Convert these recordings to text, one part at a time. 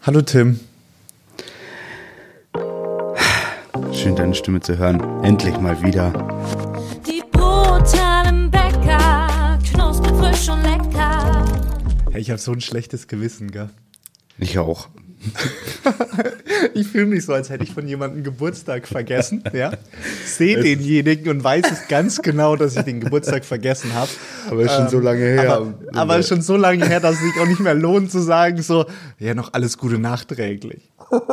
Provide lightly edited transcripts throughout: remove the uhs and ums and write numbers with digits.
Hallo Tim. Schön, deine Stimme zu hören. Endlich mal wieder. Die brutalen Bäcker, knusprig, frisch und lecker. Hey, ich habe so ein schlechtes Gewissen, gell? Ich auch. Ich fühle mich so, als hätte ich von jemandem Geburtstag vergessen. Ja? Sehe denjenigen und weiß es ganz genau, dass ich den Geburtstag vergessen habe. Aber ist schon so lange her. Aber schon so lange her, dass es sich auch nicht mehr lohnt zu sagen, so, ja, noch alles Gute nachträglich.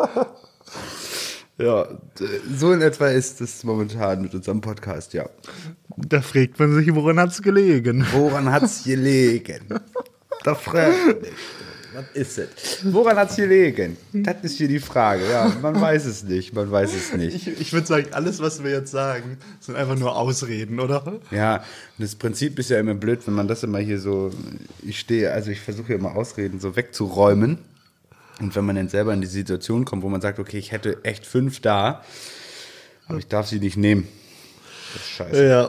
Ja, so in etwa ist es momentan mit unserem Podcast, ja. Da fragt man sich, woran hat's gelegen? Woran hat's gelegen? Da fragt man sich. Was ist es? Woran hat's gelegen? Das ist hier die Frage. Ja, man weiß es nicht. Ich würde sagen, alles, was wir jetzt sagen, sind einfach nur Ausreden, oder? Ja, und das Prinzip ist ja immer blöd, wenn man das immer hier so, ich versuche ja immer Ausreden so wegzuräumen. Und wenn man dann selber in die Situation kommt, wo man sagt, okay, ich hätte echt 5 da, aber ich darf sie nicht nehmen. Das ist scheiße. Ja.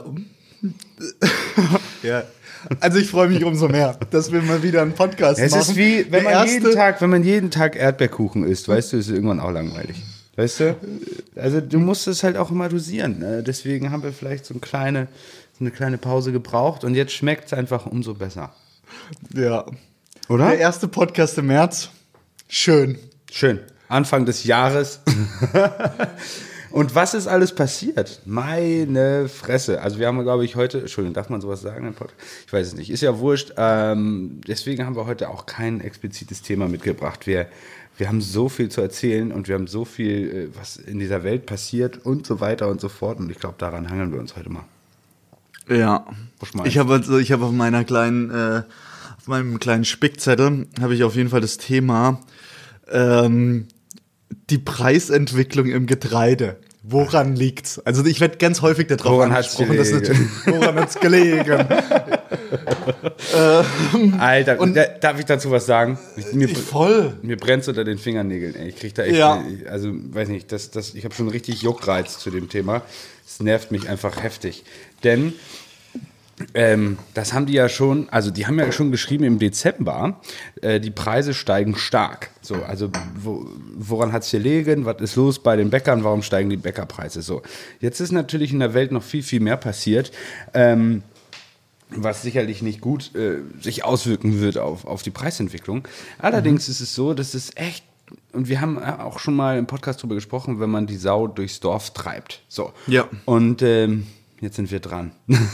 Ja. Also ich freue mich umso mehr, dass wir mal wieder einen Podcast machen. Es ist wie, wenn man jeden Tag Erdbeerkuchen isst, weißt du, ist es irgendwann auch langweilig. Weißt du? Also du musst es halt auch immer dosieren. Ne? Deswegen haben wir vielleicht so eine kleine Pause gebraucht und jetzt schmeckt es einfach umso besser. Ja. Oder? Der erste Podcast im März. Schön. Anfang des Jahres. Und was ist alles passiert? Meine Fresse. Also wir haben, glaube ich, heute, Entschuldigung, darf man sowas sagen im Podcast? Ich weiß es nicht, ist ja wurscht. Deswegen haben wir heute auch kein explizites Thema mitgebracht. Wir haben so viel zu erzählen und wir haben so viel, was in dieser Welt passiert und so weiter und so fort. Und ich glaube, daran hangeln wir uns heute mal. Ja. Ich habe auf meinem kleinen Spickzettel habe ich auf jeden Fall das Thema die Preisentwicklung im Getreide. Woran liegt's? Also ich werde ganz häufig darauf angesprochen. Woran hat's gelegen? Alter, und darf ich dazu was sagen? Voll. Mir brennt's unter den Fingernägeln. Ey. Ich krieg da echt, also weiß nicht, ich habe schon richtig Juckreiz zu dem Thema. Es nervt mich einfach heftig. Denn das haben die ja schon, also die haben ja schon geschrieben im Dezember, die Preise steigen stark. So, also woran hat es gelegen? Was ist los bei den Bäckern? Warum steigen die Bäckerpreise so? Jetzt ist natürlich in der Welt noch viel, viel mehr passiert, was sicherlich nicht gut sich auswirken wird auf die Preisentwicklung. Allerdings ist es so, dass es echt, und wir haben auch schon mal im Podcast drüber gesprochen, wenn man die Sau durchs Dorf treibt. So. Ja. Und jetzt sind wir dran.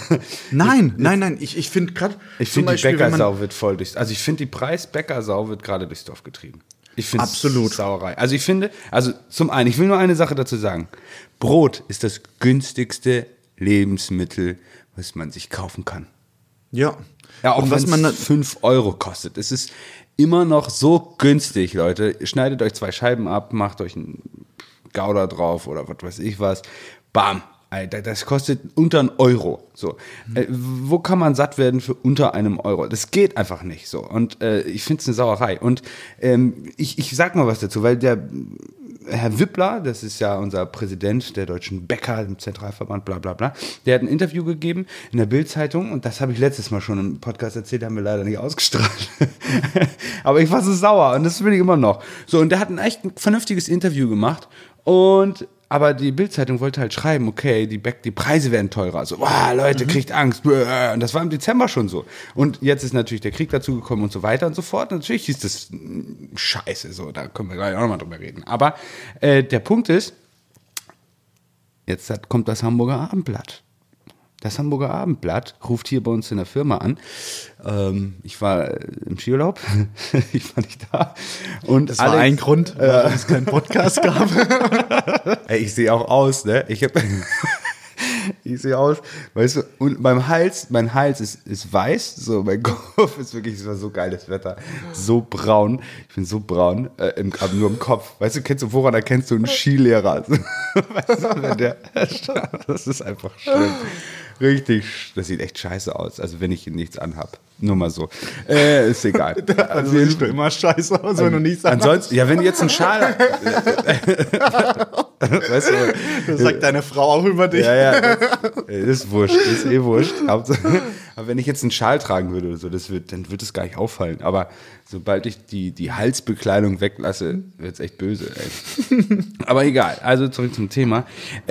Nein. Ich finde gerade. Ich finde, die Bäckersau wird voll durchs. Also, ich finde, die Preis-Bäckersau wird gerade durchs Dorf getrieben. Ich finde es Sauerei. Also, zum einen, ich will nur eine Sache dazu sagen: Brot ist das günstigste Lebensmittel, was man sich kaufen kann. Ja. Ja, auch wenn es 5 Euro kostet. Es ist immer noch so günstig, Leute. Schneidet euch 2 Scheiben ab, macht euch einen Gouda drauf oder was weiß ich was. Bam. Alter, das kostet unter 1 Euro. So. Wo kann man satt werden für unter 1 Euro? Das geht einfach nicht so. Und ich finde es eine Sauerei. Und ich sag mal was dazu, weil der Herr Wippler, das ist ja unser Präsident der deutschen Bäcker im Zentralverband, bla bla bla, der hat ein Interview gegeben in der Bild-Zeitung und das habe ich letztes Mal schon im Podcast erzählt, haben wir leider nicht ausgestrahlt. Aber ich war so sauer und das will ich immer noch. So, und der hat ein echt vernünftiges Interview gemacht aber die Bild-Zeitung wollte halt schreiben, okay, die Preise werden teurer. So, Leute, kriegt Angst. Und das war im Dezember schon so. Und jetzt ist natürlich der Krieg dazu gekommen und so weiter und so fort. Natürlich ist das scheiße, so, da können wir gleich auch nochmal drüber reden. Aber der Punkt ist, jetzt kommt das Hamburger Abendblatt. Das Hamburger Abendblatt ruft hier bei uns in der Firma an. Ich war im Skiurlaub, ich war nicht da. Und das war ein Grund, warum es keinen Podcast gab. Ey, ich sehe auch aus, ne? Ich sehe aus, weißt du, und mein Hals ist weiß, so mein Kopf ist wirklich, es war so geiles Wetter, so braun, ich bin so braun, aber nur im Kopf, weißt du, woran erkennst du einen Skilehrer? Weißt du, das ist einfach schlimm. Richtig, das sieht echt scheiße aus, also wenn ich nichts anhab. Nur mal so. Ist egal. Also sieht du immer scheiße aus, wenn du nichts anhast. Ansonsten, ja, wenn du jetzt einen Schal... weißt du, das sagt deine Frau auch über dich. Ja, ist wurscht, ist wurscht. Hauptsache Aber wenn ich jetzt einen Schal tragen würde oder so, dann wird es gar nicht auffallen. Aber sobald ich die Halsbekleidung weglasse, wird es echt böse. Ey. Aber egal, also zurück zum Thema.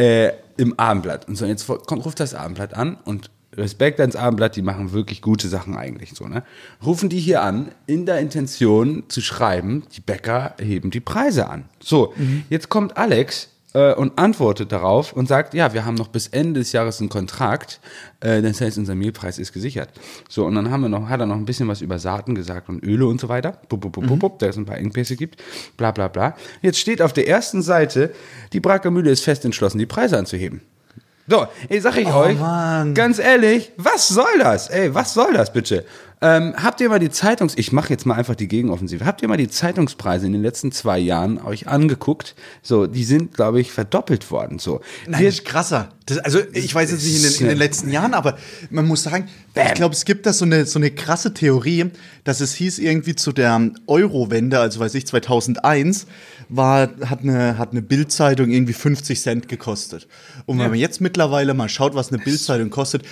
Im Abendblatt. Und so, jetzt ruft das Abendblatt an und Respekt ans Abendblatt, die machen wirklich gute Sachen eigentlich so, ne? Rufen die hier an, in der Intention zu schreiben, die Bäcker heben die Preise an. So, jetzt kommt Alex und antwortet darauf und sagt, ja, wir haben noch bis Ende des Jahres einen Kontrakt, das heißt, unser Mehlpreis ist gesichert. So, und dann hat er noch ein bisschen was über Saaten gesagt und Öle und so weiter, da es ein paar Engpässe gibt, bla bla bla. Jetzt steht auf der ersten Seite, die Braker Mühle ist fest entschlossen, die Preise anzuheben. So, sag ich euch, Mann. ganz ehrlich, was soll das? Ey, was soll das bitte? Habt ihr mal ich mache jetzt mal einfach die Gegenoffensive, habt ihr mal die Zeitungspreise in den letzten 2 Jahren euch angeguckt? So, die sind, glaube ich, verdoppelt worden. So. Nein, das ist krasser. Also ich weiß jetzt nicht in den letzten Jahren, aber man muss sagen, ich glaube, es gibt da so eine krasse Theorie, dass es hieß irgendwie zu der Euro-Wende, also weiß ich, 2001, hat eine Bild-Zeitung irgendwie 50 Cent gekostet. Und wenn man jetzt mittlerweile mal schaut, was eine Bild-Zeitung kostet,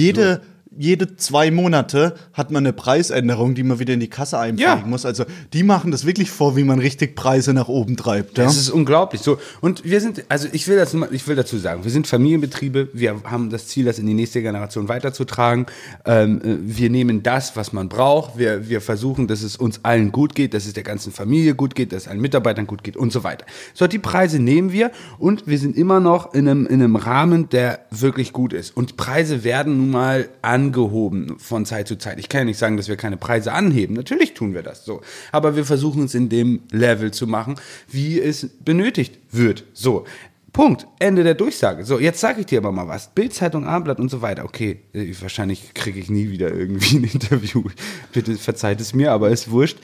jede 2 Monate hat man eine Preisänderung, die man wieder in die Kasse einpflegen muss. Also die machen das wirklich vor, wie man richtig Preise nach oben treibt. Ja? Das ist unglaublich. So. Und wir sind, also ich will dazu sagen, wir sind Familienbetriebe, wir haben das Ziel, das in die nächste Generation weiterzutragen. Wir nehmen das, was man braucht. Wir versuchen, dass es uns allen gut geht, dass es der ganzen Familie gut geht, dass es allen Mitarbeitern gut geht und so weiter. So, die Preise nehmen wir und wir sind immer noch in einem Rahmen, der wirklich gut ist. Und Preise werden nun mal angehoben von Zeit zu Zeit. Ich kann ja nicht sagen, dass wir keine Preise anheben. Natürlich tun wir das so. Aber wir versuchen es in dem Level zu machen, wie es benötigt wird. So. Punkt. Ende der Durchsage. So, jetzt sage ich dir aber mal was. Bild-Zeitung, Abendblatt und so weiter. Okay, wahrscheinlich kriege ich nie wieder irgendwie ein Interview. Bitte verzeiht es mir, aber ist wurscht.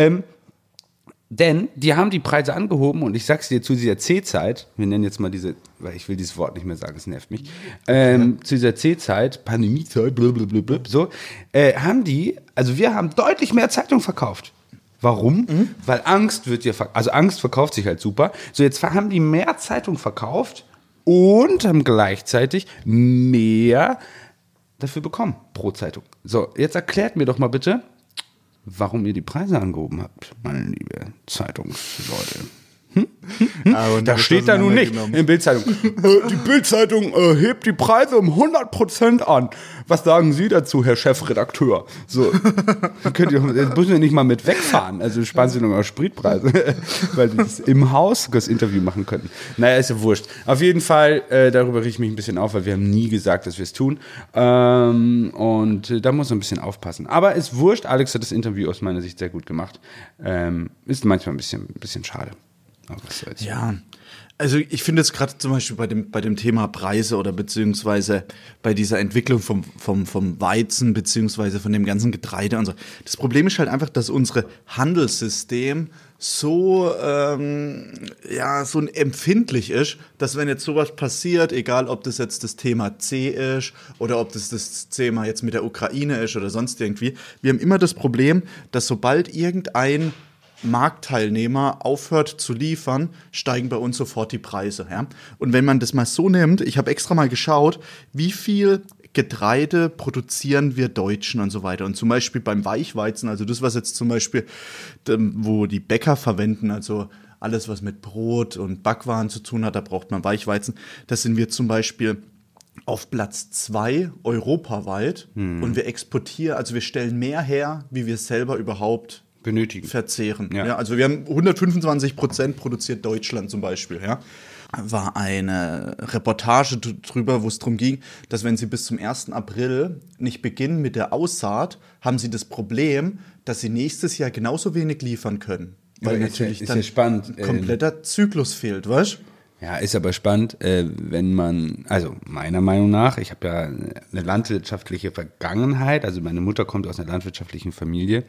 Denn die haben die Preise angehoben und ich sag's dir, zu dieser C-Zeit, wir nennen jetzt mal weil ich will dieses Wort nicht mehr sagen, es nervt mich, zu dieser C-Zeit, Pandemiezeit, blablabla, so, wir haben deutlich mehr Zeitung verkauft. Warum? Weil Angst Angst verkauft sich halt super. So, jetzt haben die mehr Zeitung verkauft und haben gleichzeitig mehr dafür bekommen pro Zeitung. So, jetzt erklärt mir doch mal bitte, warum ihr die Preise angehoben habt, meine liebe Zeitungsleute. Da steht da nun nicht in Bildzeitung. Die Bildzeitung hebt die Preise um 100% an. Was sagen Sie dazu, Herr Chefredakteur? So, jetzt müssen wir nicht mal mit wegfahren. Also sparen Sie noch Spritpreise, weil Sie das im Haus das Interview machen könnten. Naja, ist ja wurscht. Auf jeden Fall, darüber rieche ich mich ein bisschen auf, weil wir haben nie gesagt, dass wir es tun. Und da muss man ein bisschen aufpassen. Aber ist wurscht. Alex hat das Interview aus meiner Sicht sehr gut gemacht. Ist manchmal ein bisschen schade. Ja, also ich finde es gerade zum Beispiel bei dem Thema Preise oder beziehungsweise bei dieser Entwicklung vom Weizen beziehungsweise von dem ganzen Getreide und so. Das Problem ist halt einfach, dass unser Handelssystem so empfindlich ist, dass wenn jetzt sowas passiert, egal ob das jetzt das Thema C ist oder ob das Thema jetzt mit der Ukraine ist oder sonst irgendwie, wir haben immer das Problem, dass sobald irgendein Marktteilnehmer aufhört zu liefern, steigen bei uns sofort die Preise. Ja? Und wenn man das mal so nimmt, ich habe extra mal geschaut, wie viel Getreide produzieren wir Deutschen und so weiter. Und zum Beispiel beim Weichweizen, also das, was jetzt zum Beispiel, wo die Bäcker verwenden, also alles, was mit Brot und Backwaren zu tun hat, da braucht man Weichweizen. Das sind wir zum Beispiel auf Platz 2 europaweit und wir exportieren, also wir stellen mehr her, wie wir selber überhaupt benötigen. Verzehren. Ja, also wir haben 125% produziert Deutschland zum Beispiel. Ja. War eine Reportage drüber, wo es darum ging, dass wenn sie bis zum 1. April nicht beginnen mit der Aussaat, haben sie das Problem, dass sie nächstes Jahr genauso wenig liefern können. Weil natürlich dann ein kompletter Zyklus fehlt, weißt du? Ja, ist aber spannend, wenn man, also meiner Meinung nach, ich habe ja eine landwirtschaftliche Vergangenheit, also meine Mutter kommt aus einer landwirtschaftlichen Familie,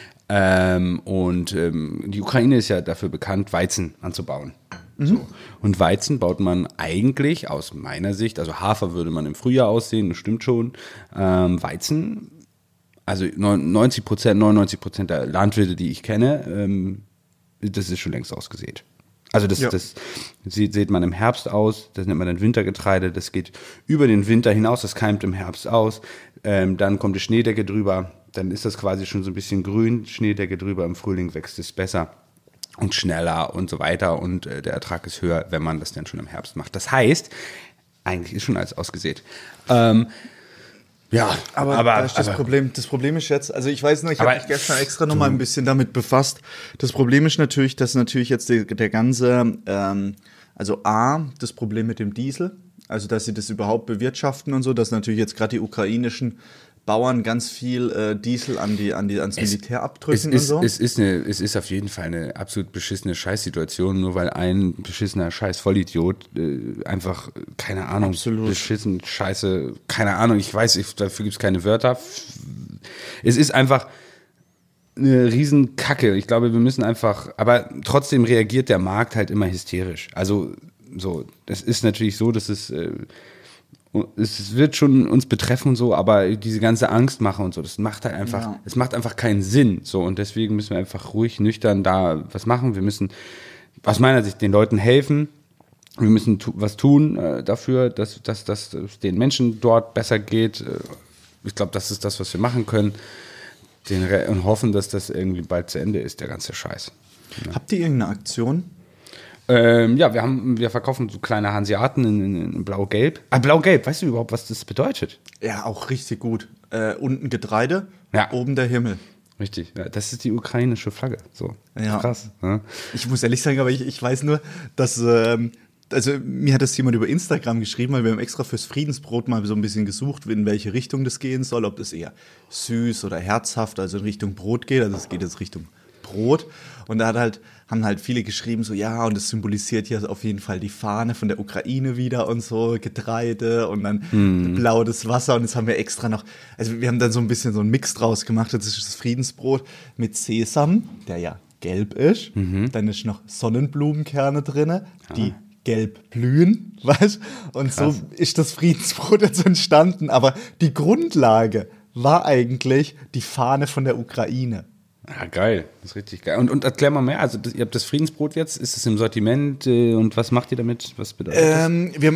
die Ukraine ist ja dafür bekannt, Weizen anzubauen. So. Und Weizen baut man eigentlich aus meiner Sicht, also Hafer würde man im Frühjahr aussehen, das stimmt schon. Weizen, also 99% der Landwirte, die ich kenne, das ist schon längst ausgesät. Also das sieht man im Herbst aus, das nennt man dann Wintergetreide, das geht über den Winter hinaus, das keimt im Herbst aus, dann kommt die Schneedecke drüber, dann ist das quasi schon so ein bisschen grün, Schneedecke drüber, im Frühling wächst es besser und schneller und so weiter und der Ertrag ist höher, wenn man das dann schon im Herbst macht. Das heißt, eigentlich ist schon alles ausgesät. Ja, aber da ist das Problem ist jetzt, also ich weiß noch, ich habe mich gestern extra noch mal ein bisschen damit befasst. Das Problem ist natürlich, dass natürlich jetzt der ganze, also das Problem mit dem Diesel, also dass sie das überhaupt bewirtschaften und so, dass natürlich jetzt gerade die ukrainischen Bauern ganz viel Diesel ans Militär abdrücken und so. Es ist auf jeden Fall eine absolut beschissene Scheißsituation, nur weil ein beschissener Scheiß-Vollidiot einfach, keine Ahnung, Absolut. beschissen, scheiße, keine Ahnung, dafür gibt es keine Wörter. Es ist einfach eine Riesenkacke. Ich glaube, wir müssen einfach, aber trotzdem reagiert der Markt halt immer hysterisch. Also so, das ist natürlich so, dass es wird schon uns betreffen und so, aber diese ganze Angstmache und so, das macht halt einfach, es macht einfach keinen Sinn. So, und deswegen müssen wir einfach ruhig, nüchtern da was machen. Wir müssen, aus meiner Sicht, den Leuten helfen. Wir müssen was tun dafür, dass es den Menschen dort besser geht. Ich glaube, das ist das, was wir machen können. Und hoffen, dass das irgendwie bald zu Ende ist, der ganze Scheiß. Ja. Habt ihr irgendeine Aktion? Ja, wir verkaufen so kleine Hanseaten in Blau-Gelb. Blau-Gelb, weißt du überhaupt, was das bedeutet? Ja, auch richtig gut. Unten Getreide, oben der Himmel. Richtig, ja, das ist die ukrainische Flagge. So, ja. Krass. Ja. Ich muss ehrlich sagen, aber ich weiß nur, dass, also mir hat das jemand über Instagram geschrieben, weil wir haben extra fürs Friedensbrot mal so ein bisschen gesucht, in welche Richtung das gehen soll, ob das eher süß oder herzhaft, also in Richtung Brot geht, also es geht jetzt Richtung Brot. Und da haben halt viele geschrieben, so ja, und das symbolisiert ja auf jeden Fall die Fahne von der Ukraine wieder und so, Getreide und dann blaues Wasser. Und das haben wir extra noch, also wir haben dann so ein bisschen so einen Mix draus gemacht. Das ist das Friedensbrot mit Sesam, der ja gelb ist. Dann ist noch Sonnenblumenkerne drin, die gelb blühen, weißt? Und krass. So ist das Friedensbrot jetzt entstanden. Aber die Grundlage war eigentlich die Fahne von der Ukraine. Ja, geil. Das ist richtig geil. Und erklär mal mehr. Also, ihr habt das Friedensbrot jetzt. Ist es im Sortiment? Und was macht ihr damit? Was bedeutet das? Wir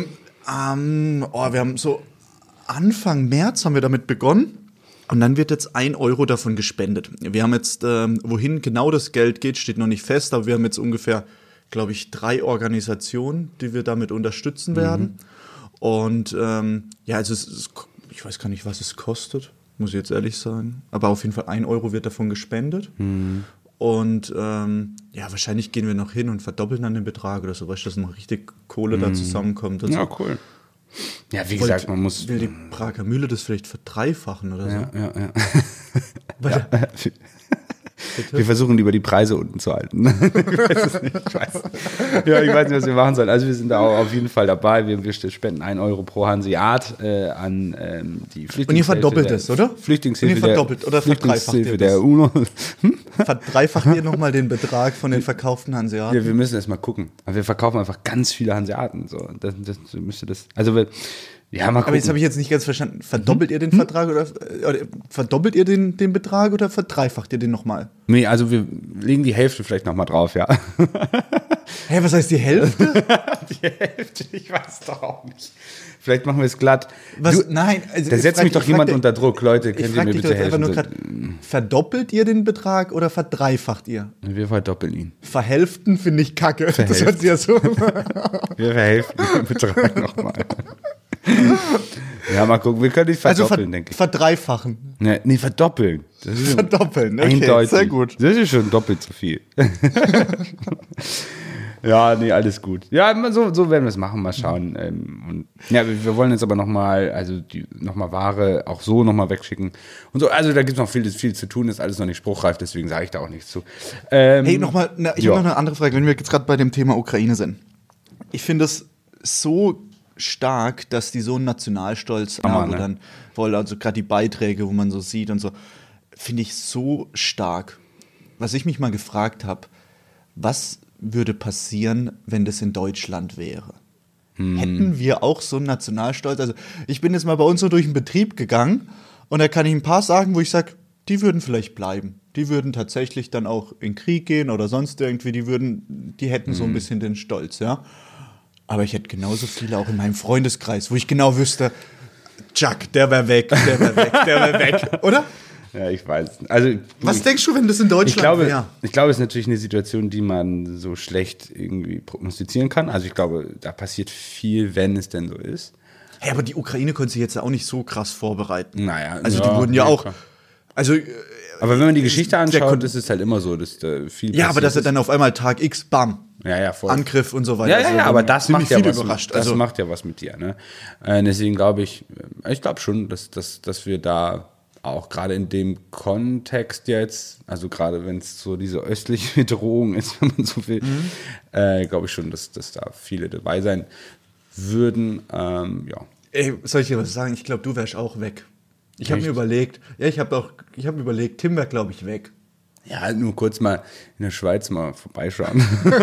haben so Anfang März haben wir damit begonnen. Und dann wird jetzt 1 Euro davon gespendet. Wir haben jetzt, wohin genau das Geld geht, steht noch nicht fest. Aber wir haben jetzt ungefähr, glaube ich, 3 Organisationen, die wir damit unterstützen werden. Und also ich weiß gar nicht, was es kostet. Muss ich jetzt ehrlich sagen. Aber auf jeden Fall 1 Euro wird davon gespendet. Und wahrscheinlich gehen wir noch hin und verdoppeln dann den Betrag oder so, weißt du, dass noch richtig Kohle da zusammenkommt. Und ja, so. Cool. Ja, wie gesagt, man muss... Will die Prager Mühle das vielleicht verdreifachen oder so? Ja. Wir versuchen lieber die Preise unten zu halten. Ich weiß es nicht. Ich weiß nicht, was wir machen sollen. Also wir sind da auch auf jeden Fall dabei. Wir spenden 1 Euro pro Hanseat an die Flüchtlingshilfe. Und ihr verdoppelt es, oder? Flüchtlingshilfe der UNO. Verdreifacht ihr nochmal den Betrag von den verkauften Hanseaten? Ja, wir müssen erst mal gucken. Aber wir verkaufen einfach ganz viele Hanseaten. So. Das müsste das. Also ja, mal gucken. Aber jetzt habe ich jetzt nicht ganz verstanden. Verdoppelt ihr den Vertrag oder verdoppelt ihr den Betrag oder verdreifacht ihr den nochmal? Nee, also wir legen die Hälfte vielleicht nochmal drauf, ja. Hä, was heißt die Hälfte? Die Hälfte, ich weiß doch auch nicht. Vielleicht machen wir es glatt. Nein. Also da setzt mich doch jemand unter Druck, Leute. Könnt ihr mir bitte helfen? Verdoppelt ihr den Betrag oder verdreifacht ihr? Wir verdoppeln ihn. Verhälften finde ich kacke. Das hört sich ja so. Wir verhälften den Betrag nochmal. Ja, mal gucken. Wir können nicht verdoppeln, denke ich. Verdreifachen. Nee, verdoppeln. Verdoppeln, okay, eindeutig. Sehr gut. Das ist schon doppelt so viel. Ja, nee, alles gut. Ja, so werden wir es machen, mal schauen. Und ja, wir wollen jetzt aber nochmal Ware auch so nochmal wegschicken. Und so, also da gibt es noch viel zu tun, ist alles noch nicht spruchreif, deswegen sage ich da auch nichts zu. Hey, ich habe noch eine andere Frage, wenn wir jetzt gerade bei dem Thema Ukraine sind. Ich finde es so stark, dass die so einen Nationalstolz haben, dann wollen, also gerade die Beiträge, wo man so sieht und so, finde ich so stark. Was ich mich mal gefragt habe, was würde passieren, wenn das in Deutschland wäre? Hätten wir auch so einen Nationalstolz? Also ich bin jetzt mal bei uns so durch den Betrieb gegangen und da kann ich ein paar sagen, wo ich sage, die würden vielleicht bleiben. Die würden tatsächlich dann auch in Krieg gehen oder sonst irgendwie. Die hätten so ein bisschen den Stolz, ja. Aber ich hätte genauso viele auch in meinem Freundeskreis, wo ich genau wüsste, Chuck, der wäre weg, der wäre weg, oder? Ja, ich weiß. Also, Was denkst du, wenn das in Deutschland wäre? Ich glaube, es ist natürlich eine Situation, die man so schlecht irgendwie prognostizieren kann. Also ich glaube, da passiert viel, wenn es denn so ist. Hey, aber die Ukraine konnte sich jetzt auch nicht so krass vorbereiten. Naja, also ja, die wurden ja nee, auch. klar. Also, Aber wenn man die Geschichte anschaut, ist es halt immer so, dass da viel ja, aber dass er ist. dann auf einmal Tag X, bam, Ja, voll. Angriff und so weiter. Ja, Also, aber dann das sind macht die ja viel was. überrascht. Das Also, macht ja was mit dir. Ne? Deswegen glaube ich schon, dass wir da auch gerade in dem Kontext jetzt, also gerade wenn es so diese östliche Drohung ist, wenn man so will, glaube ich schon, dass da viele dabei sein würden. Ja. ey, soll ich dir was sagen? Ich glaube, du wärst auch weg. Ich habe Echt? mir überlegt, ich habe überlegt, Tim wäre, glaube ich, weg. Ja, nur kurz mal in der Schweiz mal vorbeischauen.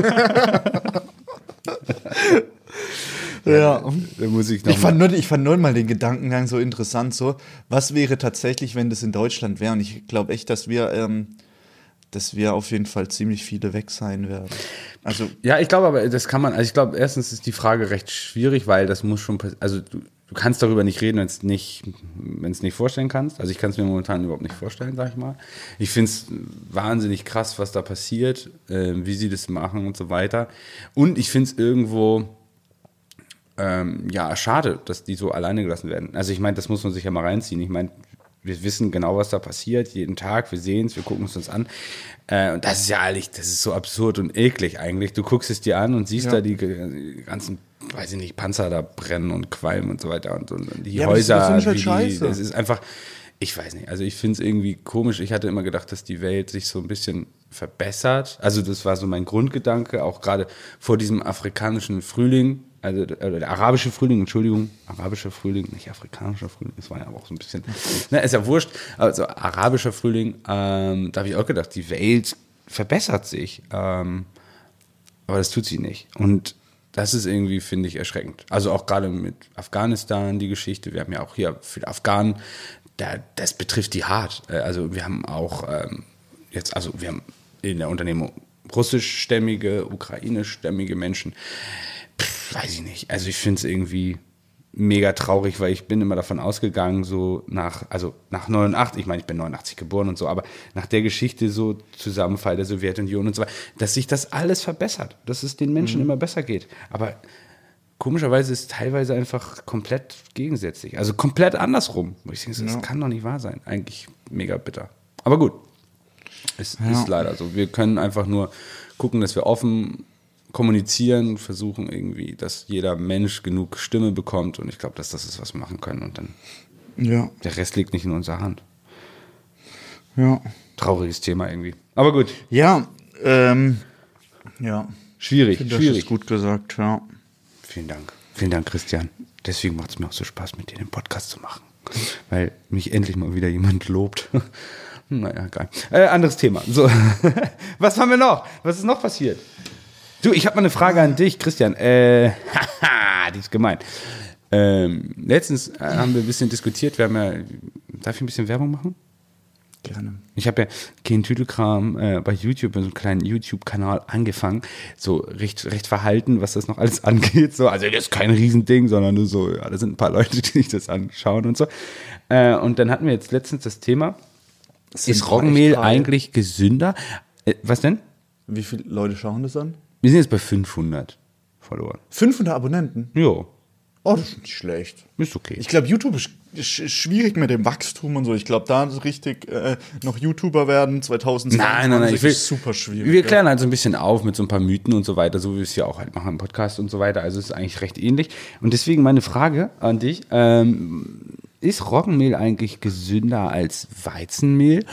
Ja. Da muss ich noch Ich fand nur mal den Gedankengang so interessant, so, was wäre tatsächlich, wenn das in Deutschland wäre? Und ich glaube echt, dass wir auf jeden Fall ziemlich viele weg sein werden. Also, Ja, ich glaube aber, das kann man, also ich glaube, erstens ist die Frage recht schwierig, weil das muss schon, also du kannst darüber nicht reden, wenn es nicht vorstellen kannst. Also ich kann es mir momentan überhaupt nicht vorstellen, sag ich mal. Ich finde es wahnsinnig krass, was da passiert, wie sie das machen und so weiter. Und ich finde es irgendwo, schade, dass die so alleine gelassen werden. Also ich meine, das muss man sich ja mal reinziehen. Ich meine, wir wissen genau, was da passiert, jeden Tag, wir sehen es, wir gucken es uns an. Und das ist ja eigentlich, das ist so absurd und eklig eigentlich. Du guckst es dir an und siehst da die ganzen, weiß ich nicht, Panzer da brennen und qualmen und so weiter und die Ja, aber Häuser. das finde ich halt wie scheiße. das ist einfach, ich weiß nicht, also ich finde es irgendwie komisch. Ich hatte immer gedacht, dass die Welt sich so ein bisschen verbessert. Also das war so mein Grundgedanke, auch gerade vor diesem afrikanischen Frühling. Also der arabische Frühling, Entschuldigung, arabischer Frühling, nicht afrikanischer Frühling, das war ja aber auch so ein bisschen, ist ja wurscht, also arabischer Frühling, da habe ich auch gedacht, die Welt verbessert sich, aber das tut sie nicht. Und das ist irgendwie, finde ich, erschreckend. Also auch gerade mit Afghanistan die Geschichte, wir haben ja auch hier viele Afghanen, das betrifft die hart. Also wir haben auch wir haben in der Unternehmung russischstämmige, ukrainischstämmige Menschen. Weiß ich nicht. Also ich finde es irgendwie mega traurig, weil ich bin immer davon ausgegangen, so nach 89, ich meine, ich bin 89 geboren und so, aber nach der Geschichte so Zusammenfall der Sowjetunion und so weiter, dass sich das alles verbessert, dass es den Menschen immer besser geht. Aber komischerweise ist es teilweise einfach komplett gegensätzlich, also komplett andersrum. Wo ich denke, das kann doch nicht wahr sein. Eigentlich mega bitter. Aber gut, es ist leider so. Wir können einfach nur gucken, dass wir offen kommunizieren, versuchen irgendwie, dass jeder Mensch genug Stimme bekommt und ich glaube, dass das ist, was wir machen können und dann der Rest liegt nicht in unserer Hand. Ja. Trauriges Thema irgendwie. Aber gut. Ja, Schwierig, Das schwierig. ist gut gesagt, ja. Vielen Dank. Vielen Dank, Christian. Deswegen macht es mir auch so Spaß, mit dir den Podcast zu machen. Weil mich endlich mal wieder jemand lobt. Naja, geil. Anderes Thema. So. Was haben wir noch? Was ist noch passiert? Du, ich habe mal eine Frage an dich, Christian. Die ist gemein. Letztens haben wir ein bisschen diskutiert. Wir haben ja, darf ich ein bisschen Werbung machen? Gerne. Ich habe ja keinen Tüdelkram bei YouTube, so einen kleinen YouTube-Kanal angefangen. So recht verhalten, was das noch alles angeht. So, also das ist kein Riesending, sondern nur so, ja, da sind ein paar Leute, die sich das anschauen und so. Und dann hatten wir jetzt letztens das Thema, ist Roggenmehl eigentlich gesünder? Was denn? Wie viele Leute schauen das an? Wir sind jetzt bei 500 Follower. 500 Abonnenten? Jo, Oh, das ist nicht schlecht. ist okay. Ich glaube, YouTube ist schwierig mit dem Wachstum und so. Ich glaube, da richtig noch YouTuber werden 2020 Nein, ist super schwierig. Wir klären halt so ein bisschen auf mit so ein paar Mythen und so weiter, so wie wir es ja auch halt machen im Podcast und so weiter. Also es ist eigentlich recht ähnlich. Und deswegen meine Frage an dich, ist Roggenmehl eigentlich gesünder als Weizenmehl?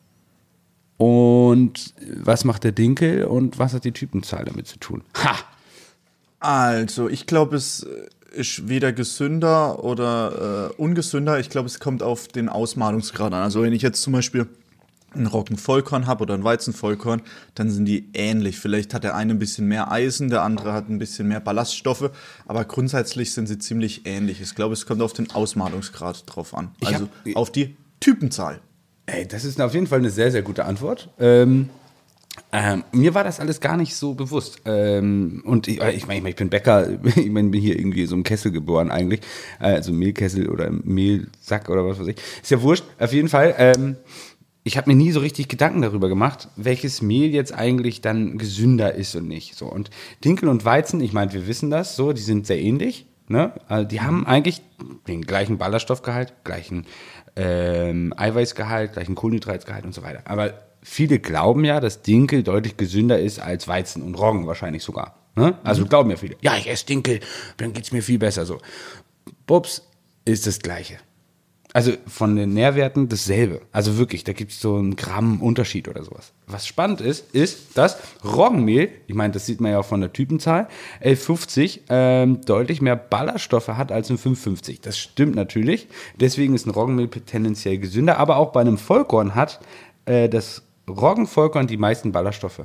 Und was macht der Dinkel und was hat die Typenzahl damit zu tun? Ha! Also, ich glaube, es ist weder gesünder oder ungesünder. Ich glaube, es kommt auf den Ausmalungsgrad an. Also, wenn ich jetzt zum Beispiel einen Roggenvollkorn habe oder einen Weizenvollkorn, dann sind die ähnlich. Vielleicht hat der eine ein bisschen mehr Eisen, der andere hat ein bisschen mehr Ballaststoffe, aber grundsätzlich sind sie ziemlich ähnlich. Ich glaube, es kommt auf den Ausmalungsgrad drauf an. Also auf die Typenzahl. Ey, das ist auf jeden Fall eine sehr, sehr gute Antwort. Mir war das alles gar nicht so bewusst. Und ich meine, ich bin Bäcker, ich bin hier irgendwie so im Kessel geboren eigentlich. Also Mehlkessel oder Mehlsack oder was weiß ich. Ist ja wurscht. Auf jeden Fall, ich habe mir nie so richtig Gedanken darüber gemacht, welches Mehl jetzt eigentlich dann gesünder ist und nicht. So. Und Dinkel und Weizen, ich meine, wir wissen das, so, die sind sehr ähnlich. Ne? Also die haben eigentlich den gleichen Ballaststoffgehalt, gleichen Eiweißgehalt, gleichen Kohlenhydratgehalt und so weiter. Aber viele glauben ja, dass Dinkel deutlich gesünder ist als Weizen und Roggen wahrscheinlich sogar. Ne? Also glauben ja viele. Ja, ich esse Dinkel, dann geht's mir viel besser so. Bups, ist das Gleiche. Also von den Nährwerten dasselbe. Also wirklich, da gibt es so einen Gramm Unterschied oder sowas. Was spannend ist, dass Roggenmehl, ich meine, das sieht man ja auch von der Typenzahl, 1150 deutlich mehr Ballaststoffe hat als ein 550. Das stimmt natürlich. Deswegen ist ein Roggenmehl tendenziell gesünder. Aber auch bei einem Vollkorn hat das Roggenvollkorn die meisten Ballaststoffe.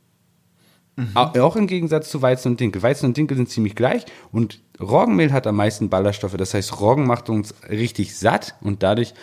Auch im Gegensatz zu Weizen und Dinkel. Weizen und Dinkel sind ziemlich gleich und Roggenmehl hat am meisten Ballaststoffe. Das heißt, Roggen macht uns richtig satt und dadurch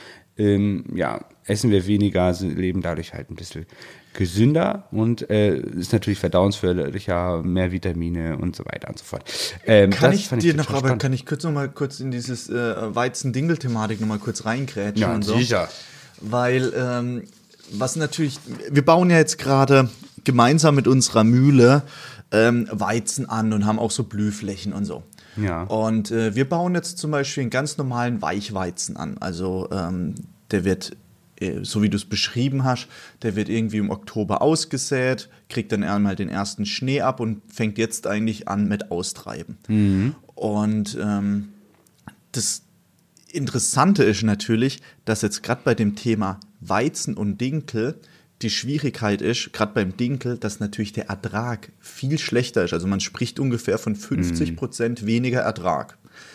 essen wir weniger, leben dadurch halt ein bisschen gesünder und ist natürlich verdauungsförderlicher, mehr Vitamine und so weiter und so fort. Kann ich kurz in dieses Weizen-Dinkel-Thematik noch mal kurz reingrätschen? Ja, und so? sicher. Weil was natürlich, wir bauen ja jetzt gerade gemeinsam mit unserer Mühle Weizen an und haben auch so Blühflächen und so. Ja. Und wir bauen jetzt zum Beispiel einen ganz normalen Weichweizen an. Also der wird, so wie du es beschrieben hast, der wird irgendwie im Oktober ausgesät, kriegt dann einmal den ersten Schnee ab und fängt jetzt eigentlich an mit Austreiben. Mhm. Und das Interessante ist natürlich, dass jetzt gerade bei dem Thema Weizen und Dinkel die Schwierigkeit ist, gerade beim Dinkel, dass natürlich der Ertrag viel schlechter ist. Also man spricht ungefähr von 50% weniger Ertrag.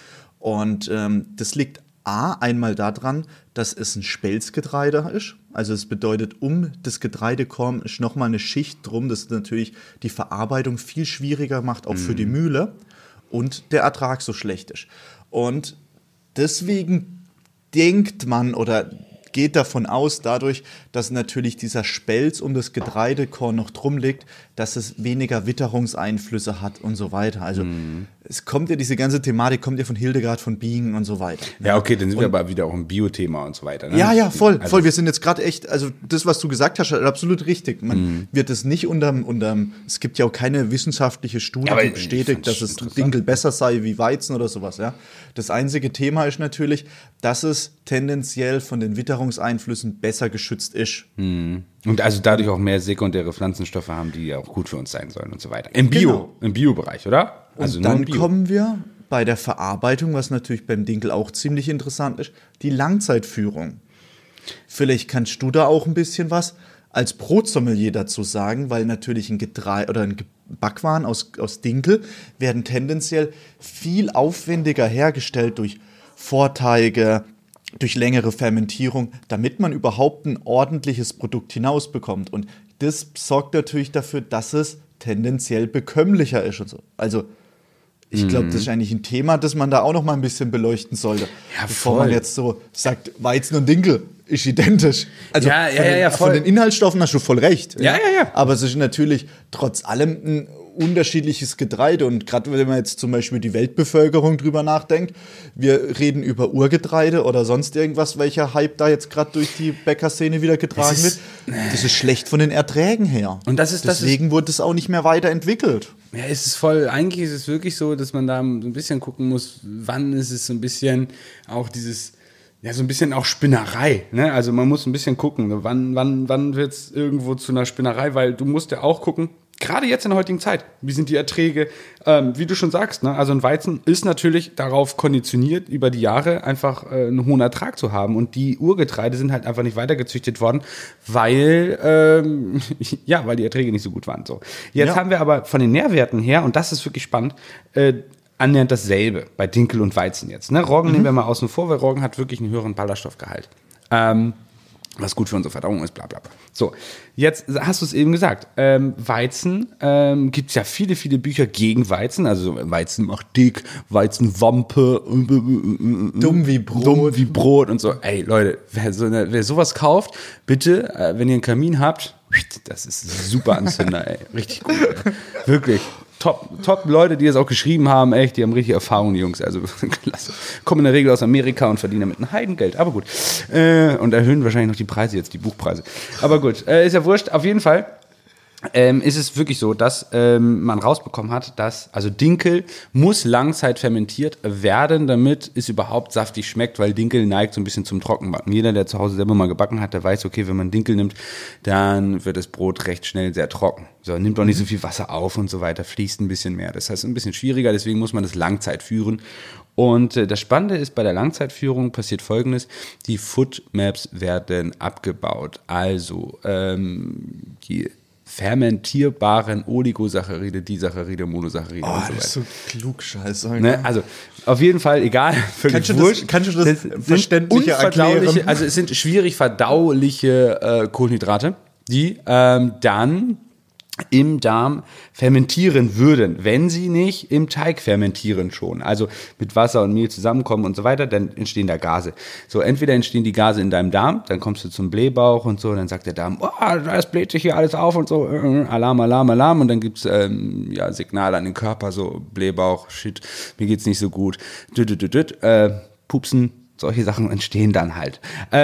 Und das liegt einmal daran, dass es ein Spelzgetreide ist. Also es bedeutet, um das Getreidekorn ist nochmal eine Schicht drum, das natürlich die Verarbeitung viel schwieriger macht, auch für die Mühle. Und der Ertrag so schlecht ist. Und deswegen denkt man oder geht davon aus, dadurch, dass natürlich dieser Spelz um das Getreidekorn noch drum liegt, dass es weniger Witterungseinflüsse hat und so weiter. Also es kommt ja, diese ganze Thematik kommt ja von Hildegard von Bingen und so weiter. Ja, okay, dann sind wir aber wieder auch im Bio-Thema und so weiter. Ne? Ja, voll. Wir sind jetzt gerade echt, also das, was du gesagt hast, absolut richtig. Man wird es nicht es gibt ja auch keine wissenschaftliche Studie, die bestätigt, dass es Dinkel besser sei wie Weizen oder sowas. Ja. Das einzige Thema ist natürlich, dass es tendenziell von den Witterungseinflüssen besser geschützt ist. Und also dadurch auch mehr sekundäre Pflanzenstoffe haben, die ja auch gut für uns sein sollen und so weiter. Im Bio-Bereich, oder? Also und dann kommen wir bei der Verarbeitung, was natürlich beim Dinkel auch ziemlich interessant ist, die Langzeitführung. Vielleicht kannst du da auch ein bisschen was als Brotsommelier dazu sagen, weil natürlich ein Getreide oder ein Backwaren aus Dinkel werden tendenziell viel aufwendiger hergestellt durch Vorteige, durch längere Fermentierung, damit man überhaupt ein ordentliches Produkt hinausbekommt. Und das sorgt natürlich dafür, dass es tendenziell bekömmlicher ist und so. Also ich glaube, das ist eigentlich ein Thema, das man da auch noch mal ein bisschen beleuchten sollte. Ja, bevor man jetzt so sagt, Weizen und Dinkel ist identisch. Also voll. Von den Inhaltsstoffen hast du voll recht. Ja. Aber es ist natürlich trotz allem ein unterschiedliches Getreide. Und gerade wenn man jetzt zum Beispiel die Weltbevölkerung drüber nachdenkt, wir reden über Urgetreide oder sonst irgendwas, welcher Hype da jetzt gerade durch die Bäckerszene wieder getragen wird. Das ist schlecht von den Erträgen her. Und deswegen wurde es auch nicht mehr weiterentwickelt. Ja, eigentlich ist es wirklich so, dass man da so ein bisschen gucken muss, wann ist es so ein bisschen auch dieses, ja, so ein bisschen auch Spinnerei, ne? Also man muss ein bisschen gucken, wann wird es irgendwo zu einer Spinnerei, weil du musst ja auch gucken, gerade jetzt in der heutigen Zeit, wie sind die Erträge, wie du schon sagst, ne? Also ein Weizen ist natürlich darauf konditioniert, über die Jahre einfach einen hohen Ertrag zu haben und die Urgetreide sind halt einfach nicht weitergezüchtet worden, weil die Erträge nicht so gut waren. So. Jetzt haben wir aber von den Nährwerten her, und das ist wirklich spannend, annähernd dasselbe bei Dinkel und Weizen jetzt. Ne? Roggen nehmen wir mal außen vor, weil Roggen hat wirklich einen höheren Ballaststoffgehalt. was gut für unsere Verdauung ist, bla bla bla. So, jetzt hast du es eben gesagt. Weizen, gibt es ja viele, viele Bücher gegen Weizen. Also Weizen macht dick, Weizenwampe, Dumm wie Brot. dumm wie Brot und so. Ey, Leute, wer sowas kauft, bitte, wenn ihr einen Kamin habt, das ist ein super Anzünder, ey. Richtig gut, ey. Wirklich. Top Leute, die es auch geschrieben haben, echt, die haben richtig Erfahrung, die Jungs. Also klasse. Kommen in der Regel aus Amerika und verdienen damit ein Heidengeld. Aber gut. Und erhöhen wahrscheinlich noch die Preise jetzt, die Buchpreise. Aber gut, ist ja wurscht. Auf jeden Fall ist es wirklich so, dass man rausbekommen hat, dass, also Dinkel muss Langzeit fermentiert werden, damit es überhaupt saftig schmeckt, weil Dinkel neigt so ein bisschen zum Trockenbacken. Jeder, der zu Hause selber mal gebacken hat, der weiß, okay, wenn man Dinkel nimmt, dann wird das Brot recht schnell sehr trocken. So, nimmt auch nicht so viel Wasser auf und so weiter, fließt ein bisschen mehr. Das heißt, ein bisschen schwieriger, deswegen muss man das Langzeit führen. Und das Spannende ist, bei der Langzeitführung passiert Folgendes: Die Foodmaps werden abgebaut. Also die fermentierbaren Oligosaccharide, Disaccharide, Monosaccharide und so weiter. Das ist so klugscheiße. Ne? Also auf jeden Fall, egal, völlig wurscht. Kannst du das verständlicher erklären? Also es sind schwierig verdauliche Kohlenhydrate, die dann im Darm fermentieren würden, wenn sie nicht im Teig fermentieren schon. Also mit Wasser und Mehl zusammenkommen und so weiter, dann entstehen da Gase. So, entweder entstehen die Gase in deinem Darm, dann kommst du zum Blähbauch und so, dann sagt der Darm, oh, das bläht sich hier alles auf und so, Alarm, Alarm, Alarm, und dann gibt's Signale an den Körper, so Blähbauch, shit, mir geht's nicht so gut, Pupsen, solche Sachen entstehen dann halt.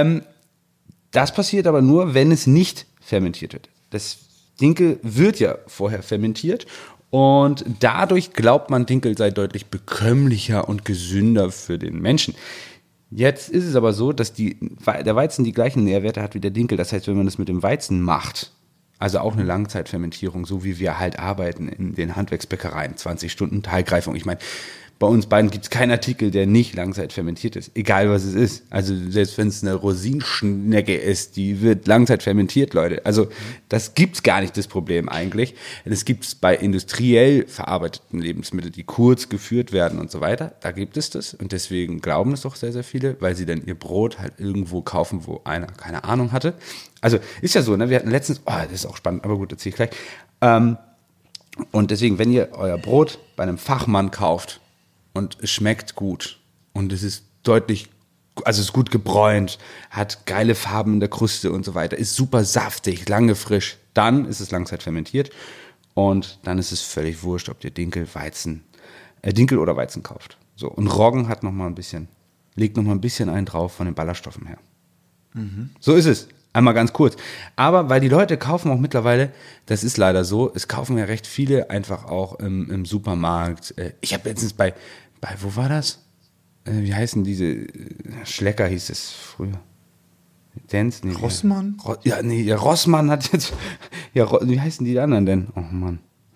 Das passiert aber nur, wenn es nicht fermentiert wird. Das Dinkel wird ja vorher fermentiert und dadurch glaubt man, Dinkel sei deutlich bekömmlicher und gesünder für den Menschen. Jetzt ist es aber so, dass der Weizen die gleichen Nährwerte hat wie der Dinkel. Das heißt, wenn man das mit dem Weizen macht, also auch eine Langzeitfermentierung, so wie wir halt arbeiten in den Handwerksbäckereien, 20 Stunden Teigreifung. Ich meine, bei uns beiden gibt es keinen Artikel, der nicht langzeit fermentiert ist, egal was es ist. Also selbst wenn es eine Rosinenschnecke ist, die wird langzeit fermentiert, Leute. Also das gibt's gar nicht, das Problem eigentlich. Das gibt's bei industriell verarbeiteten Lebensmitteln, die kurz geführt werden und so weiter. Da gibt es das und deswegen glauben es doch sehr, sehr viele, weil sie dann ihr Brot halt irgendwo kaufen, wo einer keine Ahnung hatte. Also ist ja so, ne? Wir hatten letztens, das ist auch spannend, aber gut, erzähl ich gleich. Und deswegen, wenn ihr euer Brot bei einem Fachmann kauft, und es schmeckt gut und es ist deutlich, also es ist gut gebräunt, hat geile Farben in der Kruste und so weiter, ist super saftig, lange frisch, dann ist es langzeit fermentiert und dann ist es völlig wurscht, ob ihr Dinkel oder Weizen kauft. So, und Roggen hat legt noch mal ein bisschen einen drauf von den Ballaststoffen her. So ist es. Einmal ganz kurz. Aber weil die Leute kaufen auch mittlerweile, das ist leider so, es kaufen ja recht viele einfach auch im Supermarkt. Ich habe letztens bei, wo war das? Wie heißen diese? Schlecker hieß es früher. Dance? Nee, Rossmann? Rossmann hat jetzt, wie heißen die anderen denn? Oh Mann.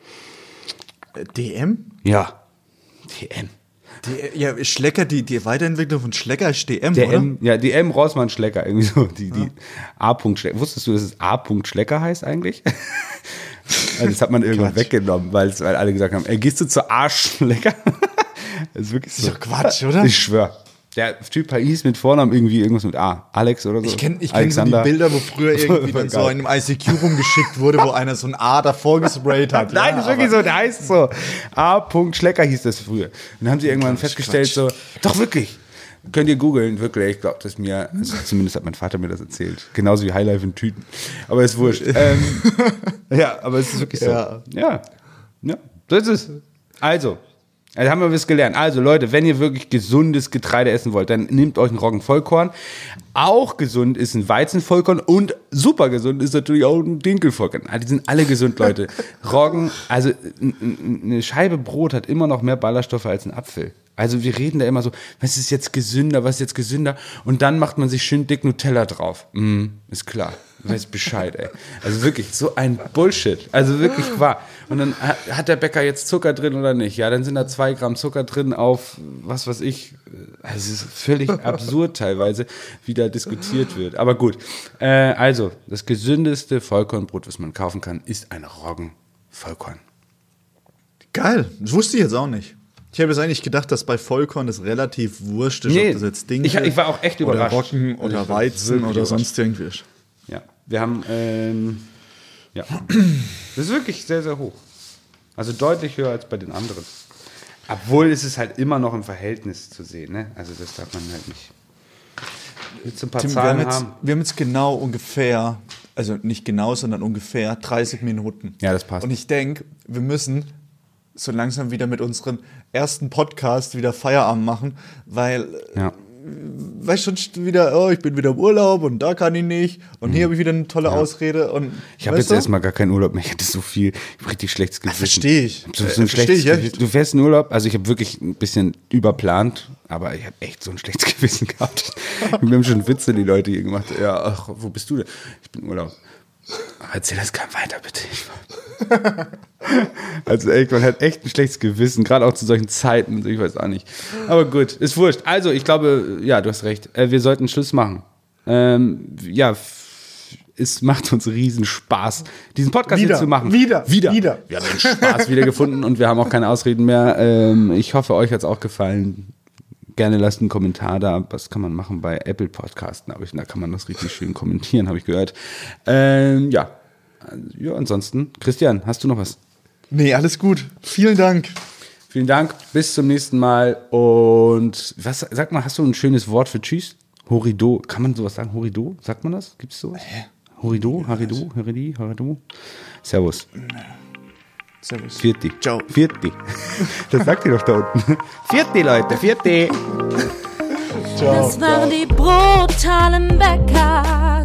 DM? Ja, DM. Schlecker, die Weiterentwicklung von Schlecker ist DM, oder? Ja, DM, Rossmann, Schlecker, irgendwie so, die A. Schlecker. Wusstest du, dass es A. Schlecker heißt eigentlich? Also das hat man irgendwann weggenommen, weil alle gesagt haben, gehst du zur A-Schlecker? Das ist wirklich so. Das ist doch Quatsch, oder? Ich schwör. Der Typ hieß mit Vornamen irgendwie irgendwas mit A. Alex oder so. Ich kenn so die Bilder, wo früher irgendwie dann so in einem ICQ rumgeschickt wurde, wo einer so ein A davor gesprayt hat. Nein, das ist wirklich so, der heißt so. A. Schlecker hieß das früher. Und dann haben sie irgendwann festgestellt, so, doch wirklich. Könnt ihr googeln, wirklich. Ich glaube, das mir, also zumindest hat mein Vater mir das erzählt. Genauso wie Highlife in Tüten. Aber ist wurscht. Ja, aber es ist wirklich so. Ja, so ist es. Also haben wir was gelernt. Also Leute, wenn ihr wirklich gesundes Getreide essen wollt, dann nehmt euch einen Roggenvollkorn. Auch gesund ist ein Weizenvollkorn und super gesund ist natürlich auch ein Dinkelvollkorn. Die sind alle gesund, Leute. Roggen, also eine Scheibe Brot hat immer noch mehr Ballaststoffe als ein Apfel. Also wir reden da immer so, was ist jetzt gesünder? Und dann macht man sich schön dick Nutella drauf. Ist klar, du weißt Bescheid, ey. Also wirklich, so ein Bullshit. Also wirklich wahr. Und dann hat der Bäcker jetzt Zucker drin oder nicht? Ja, dann sind da 2 Gramm Zucker drin auf, was weiß ich. Also es ist völlig absurd teilweise, wie da diskutiert wird. Aber gut, also das gesündeste Vollkornbrot, was man kaufen kann, ist ein Roggenvollkorn. Geil, das wusste ich jetzt auch nicht. Ich habe jetzt eigentlich gedacht, dass bei Vollkorn das relativ wurscht ist, ob das jetzt Dinkel ich war auch echt überrascht. oder Roggen Also oder ich war Weizen wirklich oder überrascht. sonst irgendwie ist. Ja, wir haben, ja, das ist wirklich sehr, sehr hoch. Also deutlich höher als bei den anderen. Obwohl ist es halt immer noch im Verhältnis zu sehen, ne? Also das darf man halt nicht. Willst du ein paar Tim, Zahlen wir haben? haben jetzt genau ungefähr, also nicht genau, sondern ungefähr 30 Minuten. Ja, das passt. Und ich denke, wir müssen so langsam wieder mit unserem ersten Podcast wieder Feierabend machen, weil, Ja. weißt du, schon wieder, oh, ich bin wieder im Urlaub und da kann ich nicht und hier habe ich wieder eine tolle Ausrede. Und, Ich habe weißt jetzt du? erstmal gar keinen Urlaub mehr. Ich hatte so viel, ich habe richtig schlechtes Gewissen. Verstehe ich. So ein Verstehe schlechtes ich echt. Gewissen. Du fährst in Urlaub, also ich habe wirklich ein bisschen überplant, aber ich habe echt so ein schlechtes Gewissen gehabt. Wir haben schon Witze, die Leute hier gemacht. Ja, ach, wo bist du denn? Ich bin im Urlaub. Aber erzähl das keinem weiter, bitte. Also echt, man hat echt ein schlechtes Gewissen, gerade auch zu solchen Zeiten, ich weiß auch nicht. Aber gut, ist wurscht. Also, ich glaube, ja, du hast recht. Wir sollten Schluss machen. Es macht uns riesen Spaß, diesen Podcast Wieder, hier zu machen. wieder. Wir haben den Spaß wieder gefunden und wir haben auch keine Ausreden mehr. Ich hoffe, euch hat es auch gefallen. Gerne lasst einen Kommentar da. Was kann man machen bei Apple Podcasten? Da kann man das richtig schön kommentieren, habe ich gehört. Ja, ansonsten, Christian, hast du noch was? Nee, alles gut. Vielen Dank. Vielen Dank, bis zum nächsten Mal. Und sag mal, hast du ein schönes Wort für Tschüss? Horido, kann man sowas sagen? Horido, sagt man das? Gibt es sowas? Horido, Harido, Harido? Servus. Servus. Vierti. Ciao. Vierti. Das sagt ihr doch da unten. Vierti, Leute, Vierti. Ciao. Das waren die brutalen Bäcker.